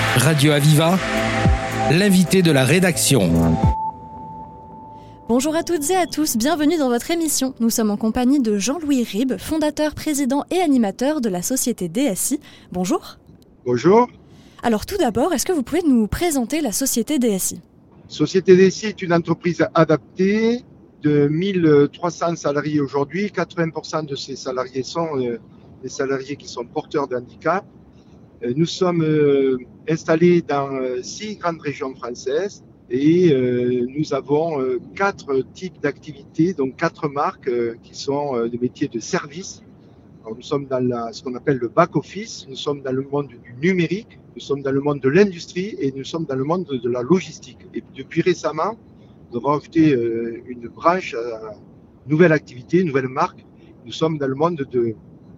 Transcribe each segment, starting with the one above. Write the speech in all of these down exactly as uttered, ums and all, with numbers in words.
Radio Aviva, l'invité de la rédaction. Bonjour à toutes et à tous, bienvenue dans votre émission. Nous sommes en compagnie de Jean-Louis Ribes, fondateur, président et animateur de la société D S I. Bonjour. Bonjour. Alors tout d'abord, est-ce que vous pouvez nous présenter la société D S I ? Société D S I est une entreprise adaptée de mille trois cents salariés aujourd'hui. quatre-vingts pour cent de ces salariés sont euh, des salariés qui sont porteurs de handicap. Euh, nous sommes euh, installés dans euh, six grandes régions françaises et euh, nous avons euh, quatre types d'activités, donc quatre marques euh, qui sont euh, des métiers de service. Alors, nous sommes dans la, ce qu'on appelle le back-office, nous sommes dans le monde du numérique, nous sommes dans le monde de l'industrie et nous sommes dans le monde de, de la logistique. Et depuis récemment, nous avons ajouté euh, une branche, euh, nouvelle activité, une nouvelle marque. Nous sommes dans le monde de,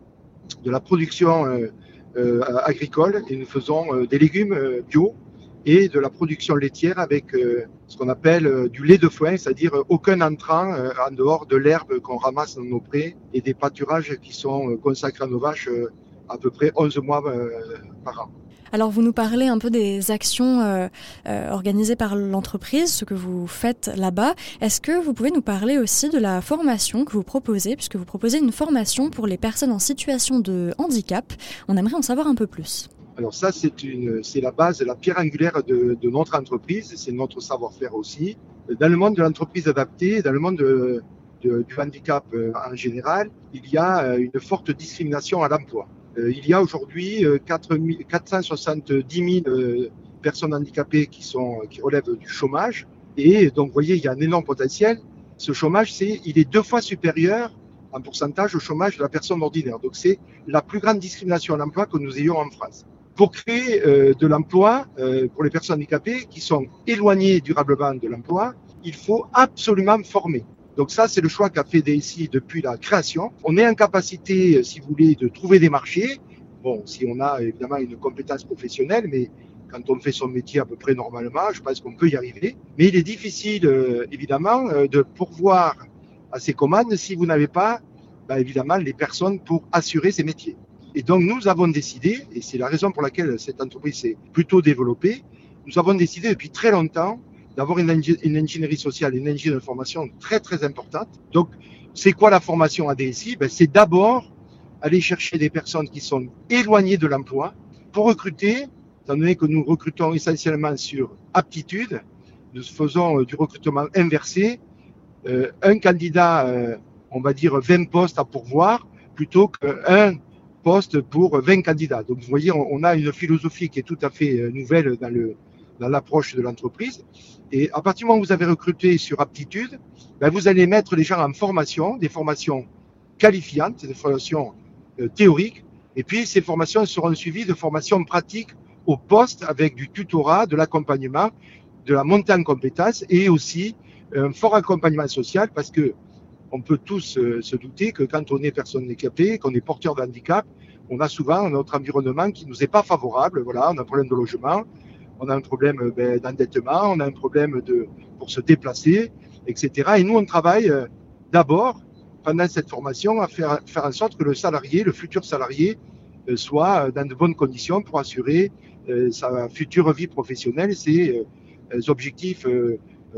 de la production euh, euh, agricole et nous faisons euh, des légumes euh, bio et de la production laitière avec euh, ce qu'on appelle euh, du lait de foin, c'est-à-dire euh, aucun entrant euh, en dehors de l'herbe qu'on ramasse dans nos prés et des pâturages qui sont euh, consacrés à nos vaches euh, à peu près onze mois euh, par an. Alors vous nous parlez un peu des actions euh, euh, organisées par l'entreprise, ce que vous faites là-bas. Est-ce que vous pouvez nous parler aussi de la formation que vous proposez, puisque vous proposez une formation pour les personnes en situation de handicap. On aimerait en savoir un peu plus. Alors ça, c'est, une, c'est la base, la pierre angulaire de, de notre entreprise, c'est notre savoir-faire aussi. Dans le monde de l'entreprise adaptée, dans le monde de, de, du handicap en général, il y a une forte discrimination à l'emploi. Il y a aujourd'hui quatre cent soixante-dix mille personnes handicapées qui, sont, qui relèvent du chômage. Et donc, vous voyez, il y a un énorme potentiel. Ce chômage, c'est, il est deux fois supérieur en pourcentage au chômage de la personne ordinaire. Donc, c'est la plus grande discrimination à l'emploi que nous ayons en France. Pour créer euh, de l'emploi euh, pour les personnes handicapées qui sont éloignées durablement de l'emploi, il faut absolument former. Donc ça, c'est le choix qu'a fait D S I depuis la création. On est en capacité, si vous voulez, de trouver des marchés. Bon, si on a évidemment une compétence professionnelle, mais quand on fait son métier à peu près normalement, je pense qu'on peut y arriver. Mais il est difficile, euh, évidemment, euh, de pourvoir à ces commandes si vous n'avez pas, bah, évidemment, les personnes pour assurer ces métiers. Et donc, nous avons décidé, et c'est la raison pour laquelle cette entreprise s'est plutôt développée, nous avons décidé depuis très longtemps d'avoir une, ingé- une ingénierie sociale, une ingénierie de formation très, très importante. Donc, c'est quoi la formation à D S I ? Ben, c'est d'abord aller chercher des personnes qui sont éloignées de l'emploi pour recruter, étant donné que nous recrutons essentiellement sur aptitude, nous faisons euh, du recrutement inversé, euh, un candidat, euh, on va dire vingt postes à pourvoir, plutôt qu'un poste pour vingt candidats. Donc, vous voyez, on a une philosophie qui est tout à fait nouvelle dans, le, dans l'approche de l'entreprise. Et à partir du moment où vous avez recruté sur aptitude, ben vous allez mettre les gens en formation, des formations qualifiantes, des formations euh, théoriques. Et puis, ces formations seront suivies de formations pratiques au poste avec du tutorat, de l'accompagnement, de la montée en compétences et aussi un fort accompagnement social parce que on peut tous euh, se douter que quand on est personne handicapée, qu'on est porteur de handicap, on a souvent notre environnement qui nous est pas favorable. Voilà, on a un problème de logement, on a un problème ben, d'endettement, on a un problème de pour se déplacer, et cetera. Et nous, on travaille euh, d'abord pendant cette formation à faire faire en sorte que le salarié, le futur salarié, euh, soit dans de bonnes conditions pour assurer euh, sa future vie professionnelle, ses euh, objectifs. Euh,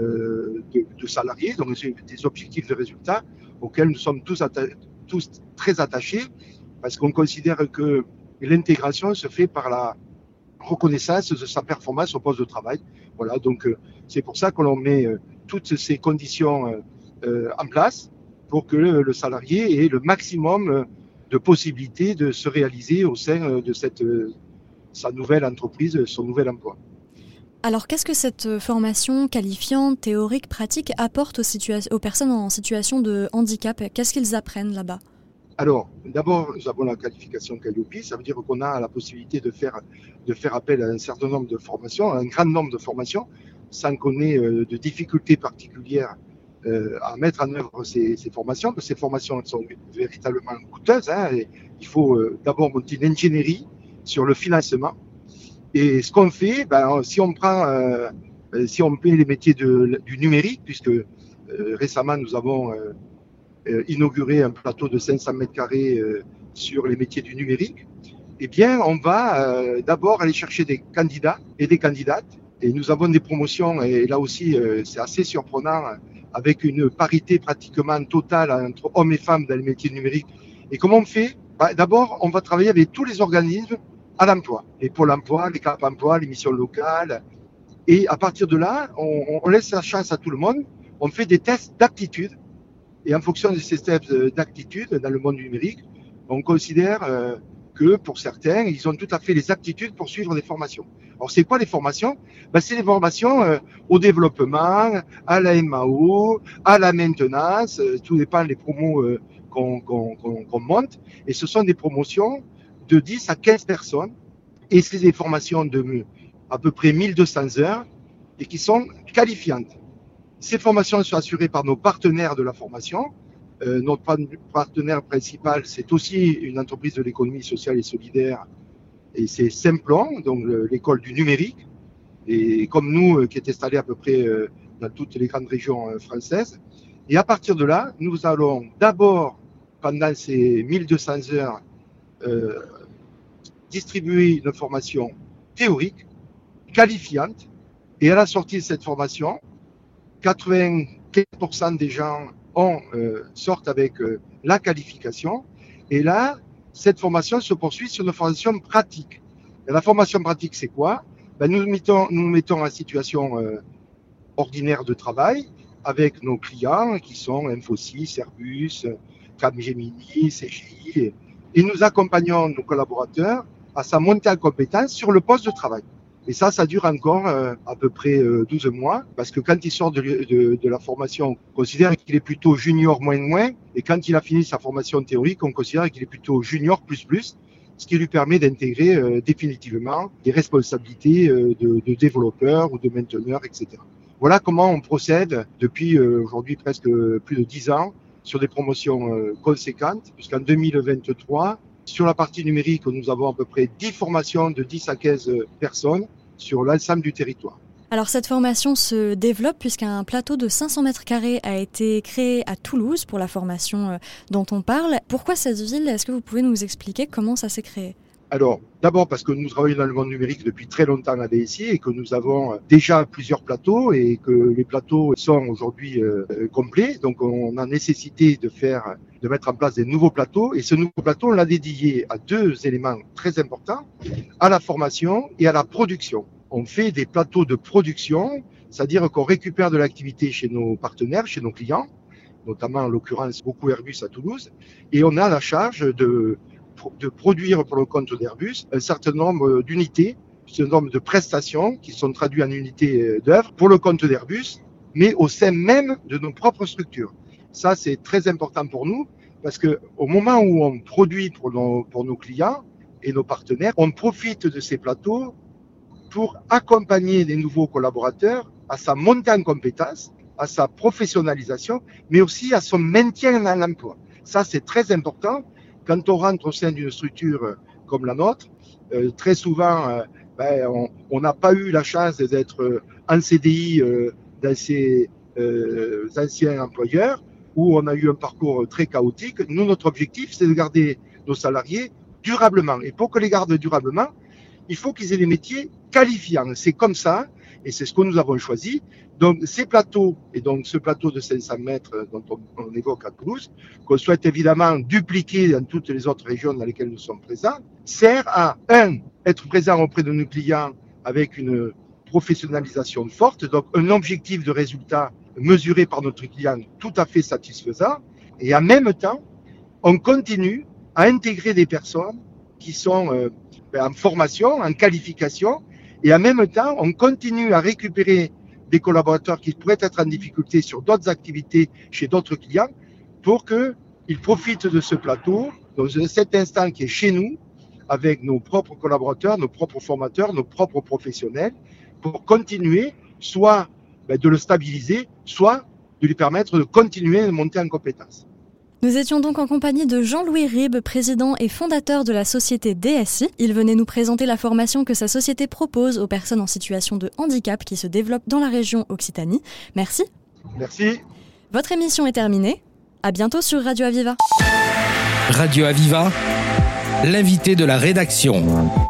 De, de salariés, donc des objectifs de résultats auxquels nous sommes tous, atta- tous très attachés parce qu'on considère que l'intégration se fait par la reconnaissance de sa performance au poste de travail. Voilà, donc euh, c'est pour ça que l'on met euh, toutes ces conditions euh, euh, en place pour que le, le salarié ait le maximum de possibilités de se réaliser au sein de cette, euh, sa nouvelle entreprise, son nouvel emploi. Alors, qu'est-ce que cette formation qualifiante, théorique, pratique apporte aux, situa- aux personnes en situation de handicap ? Qu'est-ce qu'ils apprennent là-bas ? Alors, d'abord, nous avons la qualification Calliope, ça veut dire qu'on a la possibilité de faire, de faire appel à un certain nombre de formations, à un grand nombre de formations, sans qu'on ait euh, de difficultés particulières euh, à mettre en œuvre ces, ces formations, parce que ces formations sont véritablement coûteuses. Hein, et il faut euh, d'abord monter une ingénierie sur le financement. Et ce qu'on fait, ben, si on prend, euh, si on met les métiers de, du numérique, puisque euh, récemment nous avons euh, euh, inauguré un plateau de cinq cents mètres carrés euh, sur les métiers du numérique, eh bien, on va euh, d'abord aller chercher des candidats et des candidates. Et nous avons des promotions, et là aussi, euh, c'est assez surprenant, avec une parité pratiquement totale entre hommes et femmes dans les métiers numériques. Et comment on fait ? Bah, d'abord, on va travailler avec tous les organismes à l'emploi, les pôles emploi, les Cap emploi, les missions locales. Et à partir de là, on, on laisse la chance à tout le monde. On fait des tests d'aptitude. Et en fonction de ces tests d'aptitude dans le monde numérique, on considère euh, que pour certains, ils ont tout à fait les aptitudes pour suivre des formations. Alors, c'est quoi les formations ? Ben, c'est les formations euh, au développement, à la M A O, à la maintenance, euh, tout dépend des promos euh, qu'on, qu'on, qu'on, qu'on monte. Et ce sont des promotions de dix à quinze personnes. Et c'est des formations de à peu près mille deux cents heures et qui sont qualifiantes. Ces formations sont assurées par nos partenaires de la formation. Euh, notre partenaire principal, c'est aussi une entreprise de l'économie sociale et solidaire, et c'est Simplon, donc le, l'école du numérique, et comme nous, euh, qui est installée à peu près euh, dans toutes les grandes régions euh, françaises. Et à partir de là, nous allons d'abord, pendant ces mille deux cents heures, euh, distribuer une formation théorique, qualifiante, et à la sortie de cette formation, quatre-vingt-quinze pour cent des gens ont, euh, sortent avec euh, la qualification. Et là, cette formation se poursuit sur une formation pratique. Et la formation pratique, c'est quoi ? Ben, nous mettons, nous mettons en situation euh, ordinaire de travail avec nos clients qui sont Infosys, Airbus, Capgemini, C G I. Et nous accompagnons nos collaborateurs à sa montée en compétence sur le poste de travail. Et ça, ça dure encore euh, à peu près euh, douze mois, parce que quand il sort de, de, de la formation, on considère qu'il est plutôt junior moins moins, et quand il a fini sa formation théorique, on considère qu'il est plutôt junior plus plus, ce qui lui permet d'intégrer euh, définitivement des responsabilités euh, de, de développeur ou de mainteneur, et cetera. Voilà comment on procède depuis euh, aujourd'hui presque plus de dix ans sur des promotions euh, conséquentes, puisqu'en deux mille vingt-trois, sur la partie numérique, nous avons à peu près dix formations de dix à quinze personnes sur l'ensemble du territoire. Alors cette formation se développe puisqu'un plateau de cinq cents mètres carrés a été créé à Toulouse pour la formation dont on parle. Pourquoi cette ville ? Est-ce que vous pouvez nous expliquer comment ça s'est créé ? Alors, d'abord parce que nous travaillons dans le monde numérique depuis très longtemps à D S I et que nous avons déjà plusieurs plateaux et que les plateaux sont aujourd'hui euh, complets. Donc, on a nécessité de faire, de mettre en place des nouveaux plateaux. Et ce nouveau plateau, on l'a dédié à deux éléments très importants, à la formation et à la production. On fait des plateaux de production, c'est-à-dire qu'on récupère de l'activité chez nos partenaires, chez nos clients, notamment en l'occurrence beaucoup Airbus à Toulouse, et on a la charge de de produire pour le compte d'Airbus un certain nombre d'unités, un certain nombre de prestations qui sont traduites en unités d'œuvre pour le compte d'Airbus, mais au sein même de nos propres structures. Ça, c'est très important pour nous parce que au moment où on produit pour nos, pour nos clients et nos partenaires, on profite de ces plateaux pour accompagner les nouveaux collaborateurs à sa montée en compétences, à sa professionnalisation, mais aussi à son maintien dans l'emploi. Ça, c'est très important. Quand on rentre au sein d'une structure comme la nôtre, euh, très souvent, euh, ben, on n'a pas eu la chance d'être en C D I euh, dans ces euh, anciens employeurs, où on a eu un parcours très chaotique. Nous, notre objectif, c'est de garder nos salariés durablement. Et pour que les garder durablement, il faut qu'ils aient des métiers qualifiants. C'est comme ça, et c'est ce que nous avons choisi. Donc, ces plateaux, et donc ce plateau de cinq cents mètres dont on, on évoque à Toulouse, qu'on souhaite évidemment dupliquer dans toutes les autres régions dans lesquelles nous sommes présents, sert à, un, être présent auprès de nos clients avec une professionnalisation forte, donc un objectif de résultat mesuré par notre client tout à fait satisfaisant, et en même temps, on continue à intégrer des personnes qui sont euh, en formation, en qualification, et en même temps, on continue à récupérer des collaborateurs qui pourraient être en difficulté sur d'autres activités chez d'autres clients pour qu'ils profitent de ce plateau, dans cet instant qui est chez nous, avec nos propres collaborateurs, nos propres formateurs, nos propres professionnels, pour continuer soit ben, de le stabiliser, soit de lui permettre de continuer à monter en compétences. Nous étions donc en compagnie de Jean-Louis Ribes, président et fondateur de la société D S I. Il venait nous présenter la formation que sa société propose aux personnes en situation de handicap qui se développent dans la région Occitanie. Merci. Merci. Votre émission est terminée. À bientôt sur Radio Aviva. Radio Aviva. L'invité de la rédaction.